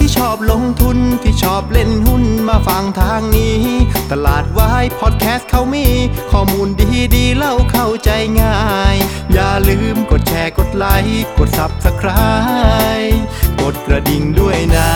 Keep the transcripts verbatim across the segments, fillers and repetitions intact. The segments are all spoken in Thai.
ที่ชอบลงทุนที่ชอบเล่นหุ้นมาฟังทางนี้ตลาดวายพอดแคสต์เขามีข้อมูลดีๆเล่าเข้าใจง่ายอย่าลืมกดแชร์กดไลค์กด ซับสไครบ์ กดกระดิ่งด้วยนะ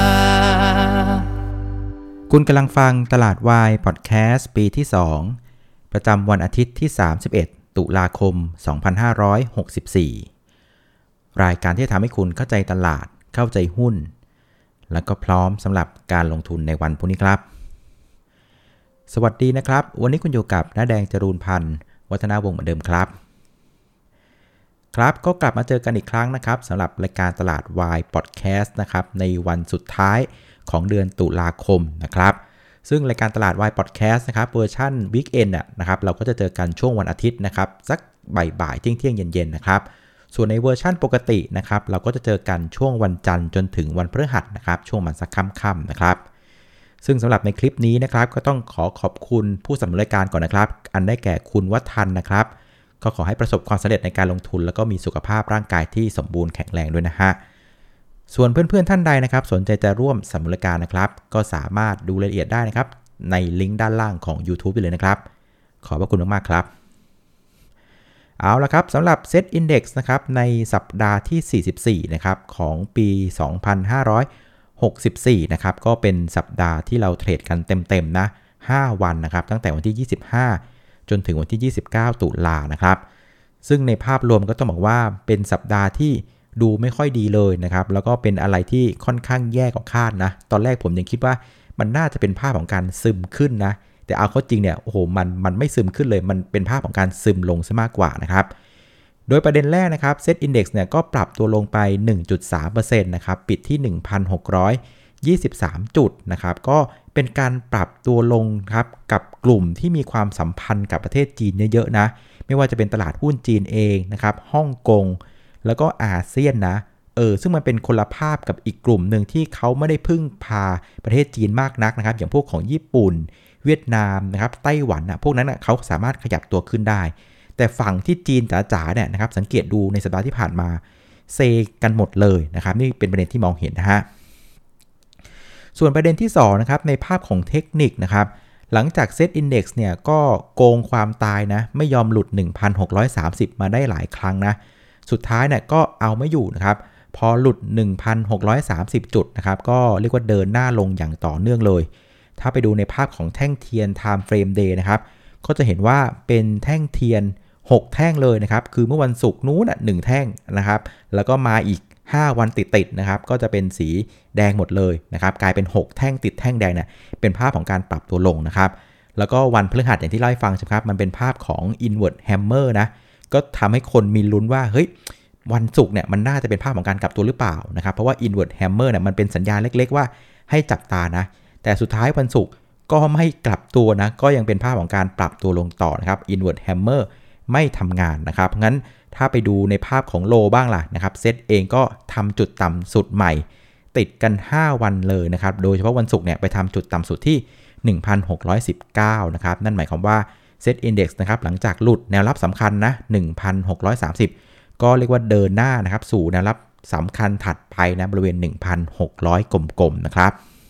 คุณกำลังฟังตลาดวายพอดแคสต์ปีที่สองประจำวันอาทิตย์ที่สามสิบเอ็ดตุลาคมสองพันห้าร้อยหกสิบสี่รายการที่ทำให้คุณเข้าใจตลาดเข้าใจหุ้นและก็พร้อมสำหรับการลงทุนในวันพรุ่งนี้ครับสวัสดีนะครับวันนี้คุณอยู่กับน้าแดงจรูนพันธ์วัฒนาวงศ์เหมือนเดิมครับครับก็กลับมาเจอกันอีกครั้งนะครับสำหรับรายการตลาดวายพอดแคสต์นะครับในวันสุดท้ายของเดือนตุลาคมนะครับซึ่งรายการตลาดวายพอดแคสต์นะครับเวอร์ชันวีคเอนด์นะครับเราก็จะเจอกันช่วงวันอาทิตย์นะครับสักบ่ายๆเที่ยงๆเย็นๆนะครับส่วนในเวอร์ชั่นปกตินะครับเราก็จะเจอกันช่วงวันจันทร์จนถึงวันพฤหัสนะครับช่วงมันสักค่ำๆนะครับซึ่งสำหรับในคลิปนี้นะครับก็ต้องขอขอบคุณผู้สนับสนุนรายการก่อนนะครับอันได้แก่คุณวัฒน์นะครับก็ขอให้ประสบความสำเร็จในการลงทุนแล้วก็มีสุขภาพร่างกายที่สมบูรณ์แข็งแรงด้วยนะฮะส่วนเพื่อนๆท่านใดนะครับสนใจจะร่วมสนับสนุนรายการนะครับก็สามารถดูรายละเอียดได้นะครับในลิงก์ด้านล่างของ YouTube ได้เลยนะครับขอบพระคุณมากๆครับเอาละครับสำหรับ Set Index นะครับในสัปดาห์ที่สี่สิบสี่นะครับของปีสองพันห้าร้อยหกสิบสี่นะครับก็เป็นสัปดาห์ที่เราเทรดกันเต็มๆนะห้าวันนะครับตั้งแต่วันที่ยี่สิบห้าจนถึงวันที่ยี่สิบเก้าตุลานะครับซึ่งในภาพรวมก็ต้องบอกว่าเป็นสัปดาห์ที่ดูไม่ค่อยดีเลยนะครับแล้วก็เป็นอะไรที่ค่อนข้างแย่กว่าคาดนะตอนแรกผมยังคิดว่ามันน่าจะเป็นภาพของการซึมขึ้นนะแต่เอาเข้าจริงเนี่ยโอ้โหมันมันไม่ซึมขึ้นเลยมันเป็นภาพของการซึมลงซะมากกว่านะครับโดยประเด็นแรกนะครับ Set Index เนี่ยก็ปรับตัวลงไป หนึ่งจุดสามเปอร์เซ็นต์ นะครับปิดที่ หนึ่งพันหกร้อยยี่สิบสาม จุดนะครับก็เป็นการปรับตัวลงครับกับกลุ่มที่มีความสัมพันธ์กับประเทศจีนเยอะๆนะไม่ว่าจะเป็นตลาดหุ้นจีนเองนะครับฮ่องกงแล้วก็อาเซียนนะเออซึ่งมันเป็นคนละภาพกับอีกกลุ่มหนึ่งที่เขาไม่ได้พึ่งพาประเทศจีนมากนักนะครับอย่างพวกของญี่ปุ่นเวียดนามนะครับไต้หวันนะพวกนั้นนะเขาสามารถขยับตัวขึ้นได้แต่ฝั่งที่จีนจ๋าๆเนี่ยนะครับสังเกตดูในสัปดาห์ที่ผ่านมาเซกันหมดเลยนะครับนี่เป็นประเด็นที่มองเห็นนะฮะส่วนประเด็นที่สองนะครับในภาพของเทคนิคนะครับหลังจาก Set Index เนี่ยก็โกงความตายนะไม่ยอมหลุด หนึ่งพันหกร้อยสามสิบ มาได้หลายครั้งนะสุดท้ายเนี่ยก็เอาไม่อยู่นะครับพอหลุด หนึ่งพันหกร้อยสามสิบ จุดนะครับก็เรียกว่าเดินหน้าลงอย่างต่อเนื่องเลยถ้าไปดูในภาพของแท่งเทียน Time Frame Day นะครับก็จะเห็นว่าเป็นแท่งเทียนหกแท่งเลยนะครับคือเมื่อวันศุกร์นู้นน่ะหนึ่งแท่งนะครับแล้วก็มาอีกห้าวันติดๆนะครับก็จะเป็นสีแดงหมดเลยนะครับกลายเป็นหกแท่งติดแท่งแดงเนี่ยเป็นภาพของการปรับตัวลงนะครับแล้วก็วันพฤหัสอย่างที่เล่าให้ฟังใช่ไหมครับมันเป็นภาพของ Inward Hammer นะก็ทำให้คนมีลุ้นว่าเฮ้ยวันศุกร์เนี่ยมันน่าจะเป็นภาพของการกลับตัวหรือเปล่านะครับเพราะว่า Inward Hammer เนี่ยมันเป็นสัญญาณเล็กๆว่าให้จับตานะแต่สุดท้ายวันศุกร์ก็ไม่กลับตัวนะก็ยังเป็นภาพของการปรับตัวลงต่อนะครับ Inward Hammer ไม่ทำงานนะครับงั้นถ้าไปดูในภาพของโลบ้างล่ะนะครับเซตเองก็ทำจุดต่ำสุดใหม่ติดกันห้าวันเลยนะครับโดยเฉพาะวันศุกร์เนี่ยไปทำจุดต่ำสุดที่ หนึ่งพันหกร้อยสิบเก้า นะครับนั่นหมายความว่า Set Index นะครับหลังจากหลุดแนวรับสำคัญนะ หนึ่งพันหกร้อยสามสิบ ก็เรียกว่าเดินหน้านะครับสู่แนวรับสำคัญถัดไปนะบริเวณ หนึ่งพันหกร้อย กลมๆนะครับ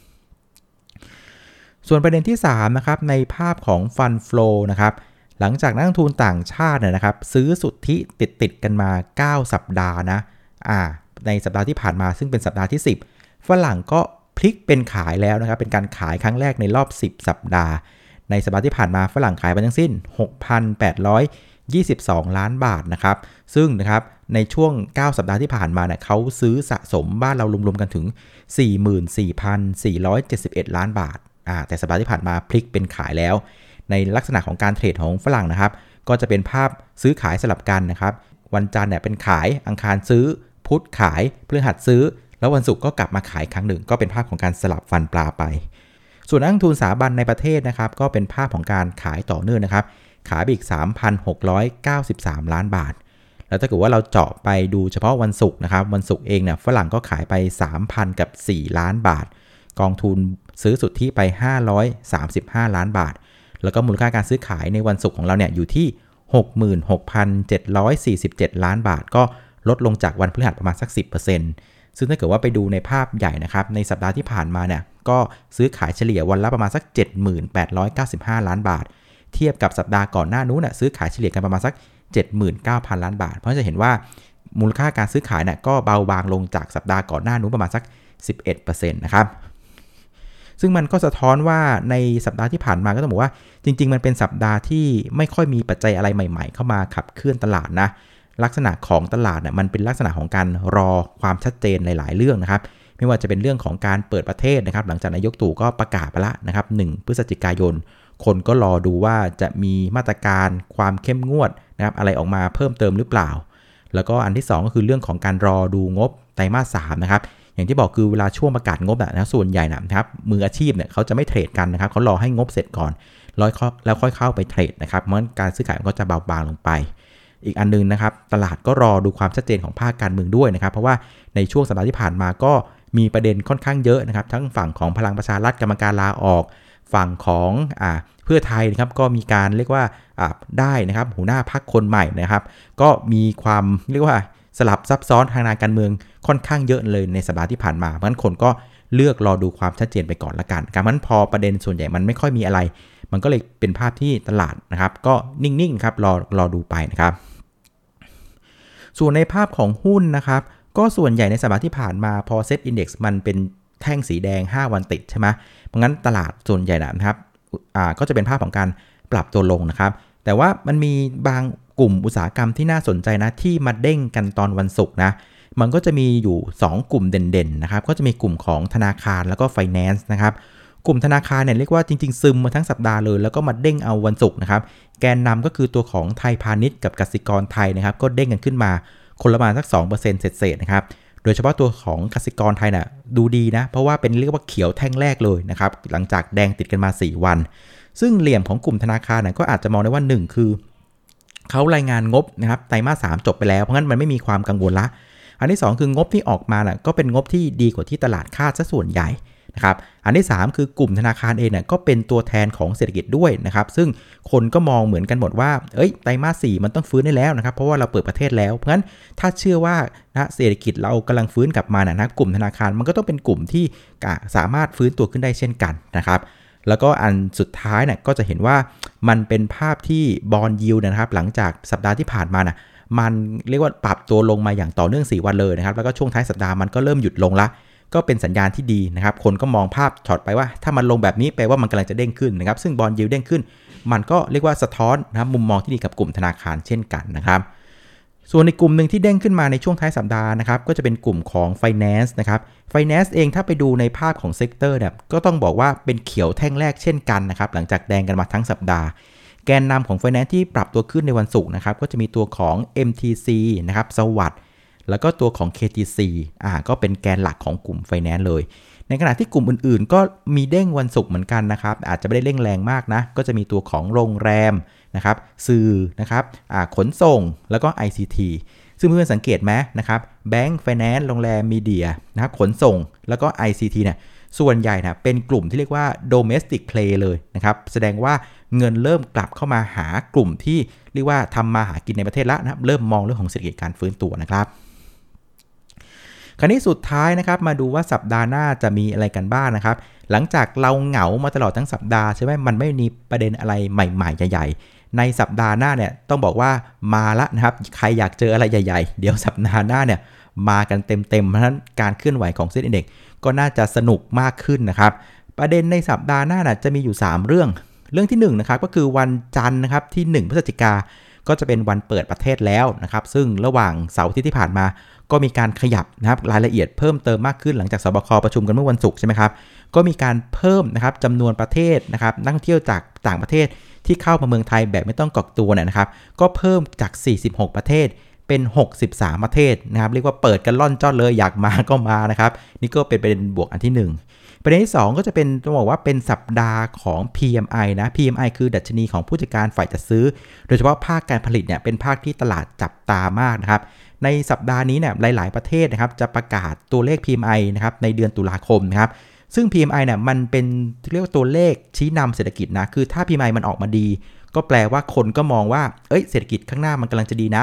ส่วนประเด็นที่สามนะครับในภาพของ Fund Flow นะครับหลังจากนักลงทุนต่างชาติเนี่ยนะครับซื้อสุทธิติดๆกันมาเก้าสัปดาห์นะอ่าในสัปดาห์ที่ผ่านมาซึ่งเป็นสัปดาห์ที่สิบฝรั่งก็พลิกเป็นขายแล้วนะครับเป็นการขายครั้งแรกในรอบสิบสัปดาห์ในสัปดาห์ที่ผ่านมาฝรั่งขายไปทั้งสิ้น หกพันแปดร้อยยี่สิบสอง ล้านบาทนะครับซึ่งนะครับในช่วงเก้าสัปดาห์ที่ผ่านมาเนี่ยเขาซื้อสะสมบ้านเรารวมๆกันถึง สี่หมื่นสี่พันสี่ร้อยเจ็ดสิบเอ็ด ล้านบาทอ่าแต่สัปดาห์ที่ผ่านมาพลิกเป็นขายแล้วในลักษณะของการเทรดของฝรั่งนะครับก็จะเป็นภาพซื้อขายสลับกันนะครับวันจันทร์เนี่ยเป็นขายอังคารซื้อพุธขายพฤหัสซื้อแล้ววันศุกร์ก็กลับมาขายครั้งหนึ่งก็เป็นภาพของการสลับฟันปลาไปส่วนนักลงทุนสถาบันในประเทศนะครับก็เป็นภาพของการขายต่อเนื่องนะครับขายไปอีก สามพันหกร้อยเก้าสิบสาม ล้านบาทแล้วถ้าเกิดว่าเราเจาะไปดูเฉพาะวันศุกร์นะครับวันศุกร์เองเนี่ยฝรั่งก็ขายไป สามพัน กับสี่ล้านบาทกองทุนซื้อสุทธิไปห้าร้อยสามสิบห้าล้านบาทแล้วก็มูลค่าการซื้อขายในวันศุกร์ของเราเนี่ยอยู่ที่ หกหมื่นหกพันเจ็ดร้อยสี่สิบเจ็ด ล้านบาทก็ลดลงจากวันพฤหัสประมาณสัก สิบเปอร์เซ็นต์ซึ่งถ้าเกิดว่าไปดูในภาพใหญ่นะครับในสัปดาห์ที่ผ่านมาเนี่ยก็ซื้อขายเฉลี่ยวันละประมาณสัก เจ็ดหมื่นแปดร้อยเก้าสิบห้า ล้านบาทเทียบกับสัปดาห์ก่อนหน้านู้นน่ะซื้อขายเฉลี่ยกันประมาณสัก เจ็ดหมื่นเก้าพัน ล้านบาทเพราะจะเห็นว่ามูลค่าการซื้อขายเนี่ยก็เบาบางลงจากสัปดาห์ก่อนหน้านู้นประมาณสัก สิบเอ็ดเปอร์เซ็นต์ นะครับซึ่งมันก็สะท้อนว่าในสัปดาห์ที่ผ่านมาก็ต้องบอกว่าจริงๆมันเป็นสัปดาห์ที่ไม่ค่อยมีปัจจัยอะไรใหม่ๆเข้ามาขับเคลื่อนตลาดนะลักษณะของตลาดเนี่ยมันเป็นลักษณะของการรอความชัดเจนหลายๆเรื่องนะครับไม่ว่าจะเป็นเรื่องของการเปิดประเทศนะครับหลังจากนายกตู่ก็ประกาศไปแล้วนะครับหนึ่งพฤศจิกายนคนก็รอดูว่าจะมีมาตรการความเข้มงวดนะครับอะไรออกมาเพิ่มเติมหรือเปล่าแล้วก็อันที่สองก็คือเรื่องของการรอดูงบไตรมาสสามนะครับอย่างที่บอกคือเวลาช่วงประกาศงบนะส่วนใหญ่นะครับมืออาชีพเนี่ยเขาจะไม่เทรดกันนะครับเขารอให้งบเสร็จก่อนแล้วค่อยเข้าไปเทรดนะครับเพราะการซื้อขายมันก็จะเบาบางลงไปอีกอันนึงนะครับตลาดก็รอดูความชัดเจนของภาคการเมืองด้วยนะครับเพราะว่าในช่วงสัปดาห์ที่ผ่านมาก็มีประเด็นค่อนข้างเยอะนะครับทั้งฝั่งของพลังประชารัฐกรรมการลาออกฝั่งของอ่าเพื่อไทยนะครับก็มีการเรียกว่าอ่าได้นะครับหัวหน้าพรรคคนใหม่นะครับก็มีความเรียกว่าสลับซับซ้อนทางการเมืองค่อนข้างเยอะเลยในสัปดาห์ที่ผ่านมาเพราะฉะนั้นคนก็เลือกรอดูความชัดเจนไปก่อนละกันการมันพอประเด็นส่วนใหญ่มันไม่ค่อยมีอะไรมันก็เลยเป็นภาพที่ตลาดนะครับก็นิ่งๆครับรอรอดูไปนะครับส่วนในภาพของหุ้นนะครับก็ส่วนใหญ่ในสัปดาห์ที่ผ่านมาพอเซ็ตอินดี เอ็กซ์ มันเป็นแท่งสีแดงห้าวันติดใช่ไหมเพราะงั้นตลาดส่วนใหญ่นะครับอ่าก็จะเป็นภาพของการปรับตัวลงนะครับแต่ว่ามันมีบางกลุ่มอุตสาหกรรมที่น่าสนใจนะที่มาเด้งกันตอนวันศุกร์นะมันก็จะมีอยู่สองกลุ่มเด่นๆนะครับก็จะมีกลุ่มของธนาคารแล้วก็ไฟแนนซ์นะครับกลุ่มธนาคารเนี่ยเรียกว่าจริงๆซึมมาทั้งสัปดาห์เลยแล้วก็มาเด้งเอาวันศุกร์นะครับแกนนำก็คือตัวของไทยพาณิชย์กับกสิกรไทยนะครับก็เด้งกันขึ้นมาคนละประมาณสัก สองเปอร์เซ็นต์ เศษๆนะครับโดยเฉพาะตัวของกสิกรไทยน่ะดูดีนะเพราะว่าเป็นเรียกว่าเขียวแท่งแรกเลยนะครับหลังจากแดงติดกันมาสี่วันซึ่งเหลี่ยมของกลุ่มธนาคารน่ะก็อาจจะมองได้ว่าหนึ่งคือเขารายงานงบนะครับไตรมาสสามจบไปแล้วเพราะงั้นมันไม่มีความกังวลละอันที่สองคืองบที่ออกมาน่ะก็เป็นงบที่ดีกว่าที่ตลาดคาดซะส่วนใหญ่นะครับอันที่สามคือกลุ่มธนาคารเองเนี่ยก็เป็นตัวแทนของเศรษฐกิจด้วยนะครับซึ่งคนก็มองเหมือนกันหมดว่าเอ้ยไตรมาสสี่มันต้องฟื้นได้แล้วนะครับเพราะว่าเราเปิดประเทศแล้วเพราะงั้นถ้าเชื่อว่านะเศรษฐกิจเรากำลังฟื้นกลับมานะกลุ่มธนาคารมันก็ต้องเป็นกลุ่มที่สามารถฟื้นตัวขึ้นได้เช่นกันนะครับแล้วก็อันสุดท้ายเนี่ยก็จะเห็นว่ามันเป็นภาพที่บอนด์ยิลด์นะครับหลังจากสัปดาห์ที่ผ่านมานะมันเรียกว่าปรับตัวลงมาอย่างต่อเนื่องสี่วันเลยนะครับแล้วก็ช่วงท้ายสัปดาห์มันก็เริ่มหยุดลงละก็เป็นสัญญาณที่ดีนะครับคนก็มองภาพช็อตไปว่าถ้ามันลงแบบนี้แปลว่ามันกำลังจะเด้งขึ้นนะครับซึ่งบอนด์ยิลด์เด้งขึ้นมันก็เรียกว่าสะท้อนนะครับมุมมองที่ดีกับกลุ่มธนาคารเช่นกันนะครับส่วนในกลุ่มหนึ่งที่เด้งขึ้นมาในช่วงท้ายสัปดาห์นะครับก็จะเป็นกลุ่มของ Finance นะครับ Finance เองถ้าไปดูในภาพของเซกเตอร์เนี่ยก็ต้องบอกว่าเป็นเขียวแท่งแรกเช่นกันนะครับหลังจากแดงกันมาทั้งสัปดาห์แกนนำของ Finance ที่ปรับตัวขึ้นในวันศุกร์นะครับก็จะมีตัวของ เอ็ม ที ซี นะครับสวัสดิ์แล้วก็ตัวของ เค ที ซี อ่าก็เป็นแกนหลักของกลุ่ม Finance เลยในขณะที่กลุ่มอื่นๆก็มีเด้งวันศุกร์เหมือนกันนะครับอาจจะไม่ได้เร่งแรงมากนะก็จะมีตัวของโรงแรมนะครับสื่อนะครับอ่าขนส่งแล้วก็ ไอ ซี ที ซึ่งเพื่อนสังเกตไหมนะครับแบงก์ไฟแนนซ์โรงแรมมีเดียนะครับขนส่งแล้วก็ ไอ ซี ที เนี่ยส่วนใหญ่นะเป็นกลุ่มที่เรียกว่า domestic play เลยนะครับแสดงว่าเงินเริ่มกลับเข้ามาหากลุ่มที่เรียกว่าทำมาหากินในประเทศแล้วนะครับเริ่มมองเรื่องของเศรษฐกิจการฟื้นตัวนะครับคราวนี้สุดท้ายนะครับมาดูว่าสัปดาห์หน้าจะมีอะไรกันบ้างนะครับหลังจากเราเหงามาตลอดทั้งสัปดาห์ใช่ไหมมันไม่มีประเด็นอะไรใหม่ๆใหญ่ๆในสัปดาห์หน้าเนี่ยต้องบอกว่ามาละนะครับใครอยากเจออะไรใหญ่ๆเดี๋ยวสัปดาห์หน้าเนี่ยมากันเต็มๆเพราะฉะนั้นการเคลื่อนไหวของเซ็ตอินเด็กซ์ก็น่าจะสนุกมากขึ้นนะครับประเด็นในสัปดาห์หน้าน่ะจะมีอยู่สามเรื่องเรื่องที่หนึ่งนะครับก็คือวันจันทร์นะครับที่หนึ่งพฤศจิกาก็จะเป็นวันเปิดประเทศแล้วนะครับซึ่งระหว่างเสาร์อาทิตย์ที่ผ่านมาก็มีการขยับนะครับรายละเอียดเพิ่มเติมมากขึ้นหลังจากสบคประชุมกันเมื่อวันศุกร์ใช่ไหมครับก็มีการเพิ่มนะครับจำนวนประเทศนะครับนักท่องเที่ยวจากต่างประเทศที่เข้ามาเมืองไทยแบบไม่ต้องกักตัวเนี่ยนะครับก็เพิ่มจากสี่สิบหกประเทศเป็นหกสิบสามประเทศนะครับเรียกว่าเปิดกันล่อนจ้อนเลยอยากมาก็มานะครับนี่ก็เป็นประเด็นบวกอันที่หนึ่งประเด็นที่สองก็จะเป็นต้องบอกว่าเป็นสัปดาห์ของ พี เอ็ม ไอ นะ พี เอ็ม ไอ คือดัชนีของผู้จัดการฝ่ายจัดซื้อโดยเฉพาะภาคการผลิตเนี่ยเป็นภาคที่ตลาดจับตามากนะครับในสัปดาห์นี้เนี่ยหลายๆประเทศนะครับจะประกาศตัวเลข พี เอ็ม ไอ นะครับในเดือนตุลาคมนะครับซึ่ง พี เอ็ม ไอ เนี่ยมันเป็นเรียกว่าตัวเลขชี้นำเศรษฐกิจนะคือถ้า พี เอ็ม ไอ มันออกมาดีก็แปลว่าคนก็มองว่าเอ้ยเศรษฐกิจข้างหน้ามันกำลังจะดีนะ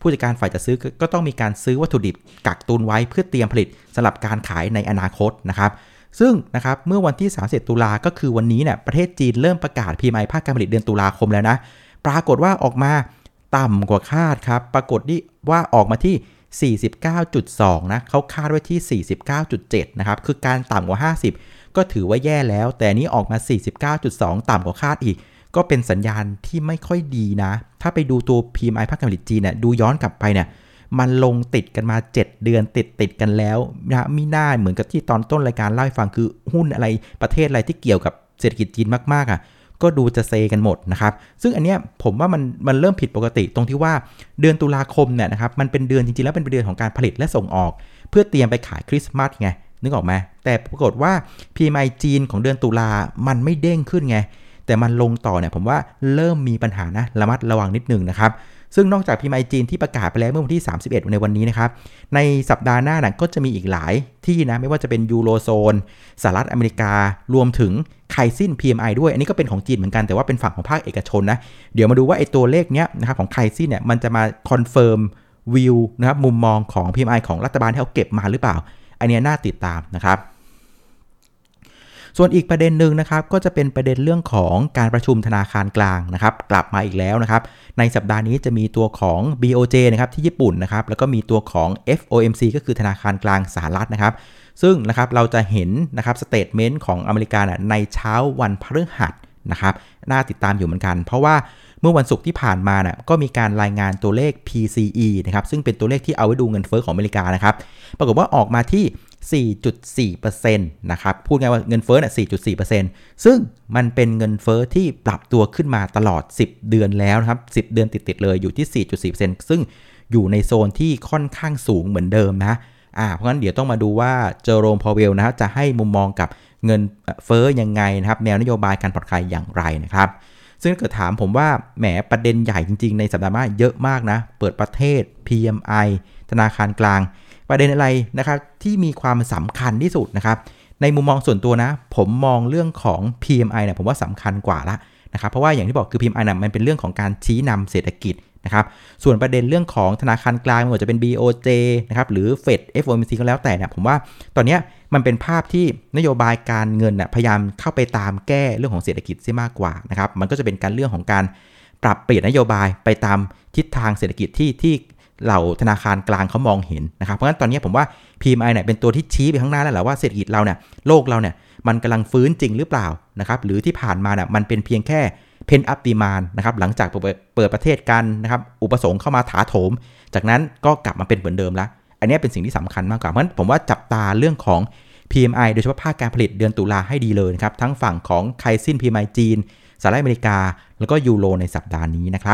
ผู้จัดการฝ่ายจัดซื้อก็ต้องมีการซื้อวัตถุดิบกักตุนไว้เพื่อเตรียมผลิตสำหรับการขายในอนาคตนะครับซึ่งนะครับเมื่อวันที่สามสิบเอ็ดตุลาก็คือวันนี้เนี่ยประเทศจีนเริ่มประกาศ พี เอ็ม ไอ ภาคการผลิตเดือนตุลาคมแล้วนะปรากฏว่าออกมาต่ำกว่าคาดครับปรากฏว่าออกมาที่ สี่สิบเก้าจุดสอง นะเขาคาดไว้ที่ สี่สิบเก้าจุดเจ็ด นะครับคือการต่ำกว่าห้าสิบก็ถือว่าแย่แล้วแต่นี้ออกมา สี่สิบเก้าจุดสอง ต่ำกว่าคาดอีกก็เป็นสัญญาณที่ไม่ค่อยดีนะถ้าไปดูตัว พี เอ็ม ไอ ภาคการผลิตจีนเนี่ยดูย้อนกลับไปเนี่ยมันลงติดกันมาเจ็ดเดือนติดติดกันแล้วนะมีหน้าเหมือนกับที่ตอนต้นรายการเล่าให้ฟังคือหุ้นอะไรประเทศอะไรที่เกี่ยวกับเศรษฐกิจจีนมากๆอ่ะก็ดูจะเซกันหมดนะครับซึ่งอันเนี้ยผมว่ามันมันเริ่มผิดปกติตรงที่ว่าเดือนตุลาคมเนี่ยนะครับมันเป็นเดือนจริงๆแล้วเป็นเดือนของการผลิตและส่งออกเพื่อเตรียมไปขายคริสต์มาสไงนึกออกไหมแต่ปรากฏว่า พี เอ็ม ไอ จีนของเดือนตุลามันไม่เด้งขึ้นไงแต่มันลงต่อเนี่ยผมว่าเริ่มมีปัญหานะระมัดระวังนิดนึงนะครับซึ่งนอกจาก พี เอ็ม ไอ จีนที่ประกาศไปแล้วเมื่อวันที่สามสิบเอ็ดในวันนี้นะครับในสัปดาห์หน้าน่ะก็จะมีอีกหลายที่นะไม่ว่าจะเป็นยูโรโซนสหรัฐอเมริการวมถึงไคซิน พี เอ็ม ไอ ด้วยอันนี้ก็เป็นของจีนเหมือนกันแต่ว่าเป็นฝั่งของภาคเอกชนนะเดี๋ยวมาดูว่าไอ้ตัวเลขเนี้ยนะครับของไคซินเนี่ยมันจะมาคอนเฟิร์มวิวนะครับมุมมองของ พี เอ็ม ไอ ของรัฐบาลที่เขาเก็บมาหรือเปล่าอันนี้น่าติดตามนะครับส่วนอีกประเด็นหนึ่งนะครับก็จะเป็นประเด็นเรื่องของการประชุมธนาคารกลางนะครับกลับมาอีกแล้วนะครับในสัปดาห์นี้จะมีตัวของ บี โอ เจ นะครับที่ญี่ปุ่นนะครับแล้วก็มีตัวของ เอฟ โอ เอ็ม ซี ก็คือธนาคารกลางสหรัฐนะครับซึ่งนะครับเราจะเห็นนะครับสเตทเมนต์ของอเมริกาในเช้าวันพฤหัสนะครับน่าติดตามอยู่เหมือนกันเพราะว่าเมื่อวันศุกร์ที่ผ่านมาน่ะก็มีการรายงานตัวเลข พี ซี อี นะครับซึ่งเป็นตัวเลขที่เอาไว้ดูเงินเฟ้อของอเมริกานะครับปรากฏว่าออกมาที่ สี่จุดสี่เปอร์เซ็นต์ นะครับพูดง่ายว่าเงินเฟ้อน่ะ สี่จุดสี่เปอร์เซ็นต์ ซึ่งมันเป็นเงินเฟ้อที่ปรับตัวขึ้นมาตลอดสิบเดือนแล้วนะครับสิบเดือนติดๆเลยอยู่ที่ สี่จุดสี่เปอร์เซ็นต์ ซึ่งอยู่ในโซนที่ค่อนข้างสูงเหมือนเดิมนะอ่าเพราะงั้นเดี๋ยวต้องมาดูว่าเจอโรมพอเวลนะครับจะให้มุมมองกับเงินเฟ้อยังไงนะครับแนวนโยบายการผ่อนคลายอย่างไรนะครับซึ่งเกิดถามผมว่าแหมประเด็นใหญ่จริงๆในสัปดาห์หน้าเยอะมากนะเปิดประเทศ พี เอ็ม ไอ ธนาคารกลางประเด็นอะไรนะครับที่มีความสำคัญที่สุดนะครับในมุมมองส่วนตัวนะผมมองเรื่องของ พี เอ็ม ไอ เนี่ยผมว่าสำคัญกว่าละนะครับเพราะว่าอย่างที่บอกคือ พี เอ็ม ไอ เนี่ยมันเป็นเรื่องของการชี้นำเศรษฐกิจนะครับส่วนประเด็นเรื่องของธนาคารกลางไม่ว่าจะเป็น บี โอ เจ นะครับหรือ Fed เอฟ โอ เอ็ม ซี ก็แล้วแต่เนี่ยผมว่าตอนนี้มันเป็นภาพที่นโยบายการเงินน่ะพยายามเข้าไปตามแก้เรื่องของเศรษฐกิจซะมากกว่านะครับมันก็จะเป็นการเรื่องของการปรับเปลี่ยนนโยบายไปตามทิศทางเศรษฐกิจที่ที่เหล่าธนาคารกลางเขามองเห็นนะครับเพราะฉะนั้นตอนนี้ผมว่า พี เอ็ม ไอ เนี่ยเป็นตัวที่ชี้ไปข้างหน้าแล้วแหละว่าเศรษฐกิจเราเนี่ยโลกเราเนี่ยมันกำลังฟื้นจริงหรือเปล่านะครับหรือที่ผ่านมาเนี่ยมันเป็นเพียงแค่เพนอัพดีมานด์นะครับหลังจากเปิดประเทศกันนะครับอุปสงค์เข้ามาถาโถมจากนั้นก็กลับมาเป็นเหมือนเดิมแล้วอันนี้เป็นสิ่งที่สำคัญมากกว่าเพราะฉะนั้นผมว่าจับตาเรื่องของ พี เอ็ม ไอ โดยเฉพาะภาคการผลิตเดือนตุลาให้ดีเลยนะครับทั้งฝั่งของไคซิน พี เอ็ม ไอ จีนสหรัฐอเมริกาแล้วก็ยูโรในสัปดาห์นี้นะครับ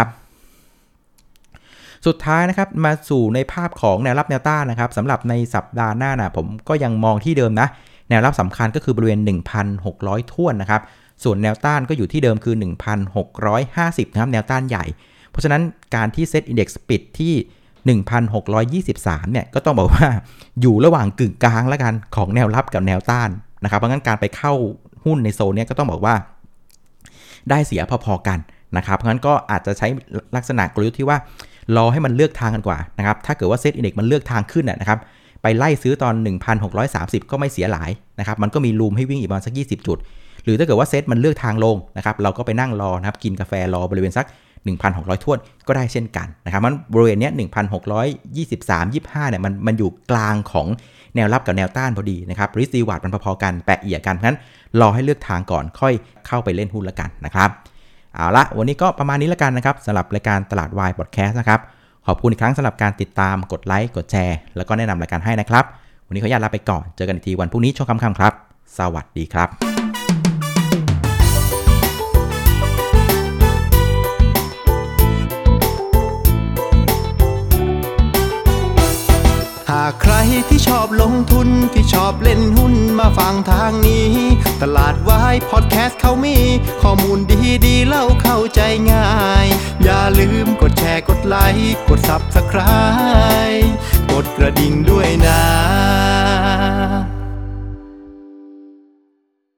สุดท้ายนะครับมาสู่ในภาพของแนวรับแนวต้านนะครับสำหรับในสัปดาห์หน้านะผมก็ยังมองที่เดิมนะแนวรับสำคัญก็คือบริเวณ หนึ่งพันหกร้อย ถ้วนนะครับส่วนแนวต้านก็อยู่ที่เดิมคือ หนึ่งพันหกร้อยห้าสิบ นะครับแนวต้านใหญ่เพราะฉะนั้นการที่ Set Index ปิดที่ หนึ่งพันหกร้อยยี่สิบสาม เนี่ยก็ต้องบอกว่าอยู่ระหว่างกึ่งกลางแล้วกันของแนวรับกับแนวต้านนะครับเพราะงั้นการไปเข้าหุ้นในโซนนี้ก็ต้องบอกว่าได้เสียพอๆกันนะครับเพราะงั้นก็อาจจะใช้ลักษณะกลยุทธ์ที่ว่ารอให้มันเลือกทางกันกว่านะครับถ้าเกิดว่า Set Index มันเลือกทางขึ้นนะครับไปไล่ซื้อตอน หนึ่งพันหกร้อยสามสิบ ก็ไม่เสียหลายนะครับมันก็มีรูมให้วิ่งอีกประมาณสักยี่สิบจุดหรือถ้าเกิดว่าเซตมันเลือกทางลงนะครับเราก็ไปนั่งรอนะครับกินกาแฟรอบริเวณสัก หนึ่งพันหกร้อย ถ้วนก็ได้เช่นกันนะครับมันบริเวณเนี้ย หนึ่งพันหกร้อยยี่สิบสาม ยี่สิบห้า เนี่ยมันมันอยู่กลางของแนวรับกับแนวต้านพอดีนะครับริสซีวาร์ดมันพอๆกันแปะเอี่ยกันเพราะฉะนั้นรอให้เลือกทางก่อนค่อยเข้าไปเล่นหุ้นละกันนะครับเอาละวันนี้ก็ประมาณนี้ละกันนะครับสำหรับรายการตลาดวายพอดแคสต์นะครับขอบคุณอีกครั้งสำหรับการติดตามกดไลค์กดแชร์แล้วก็แนะนำรายการให้นะครับวันนี้ขออนุญาตลาไปก่อนเจอกันอีกทีวันพรุ่งนี้ช่วงค่ำๆครับสวัสดีครับหากใครที่ชอบลงทุนที่ชอบเล่นหุ้นมาฟังทางนี้ตลาดวายพอดแคสต์เขามีข้อมูลดีๆเล่าเข้าใจง่ายอย่าลืมกดแชร์กดไลค์กด ซับสไครบ์ กดกระดิ่งด้วยนะ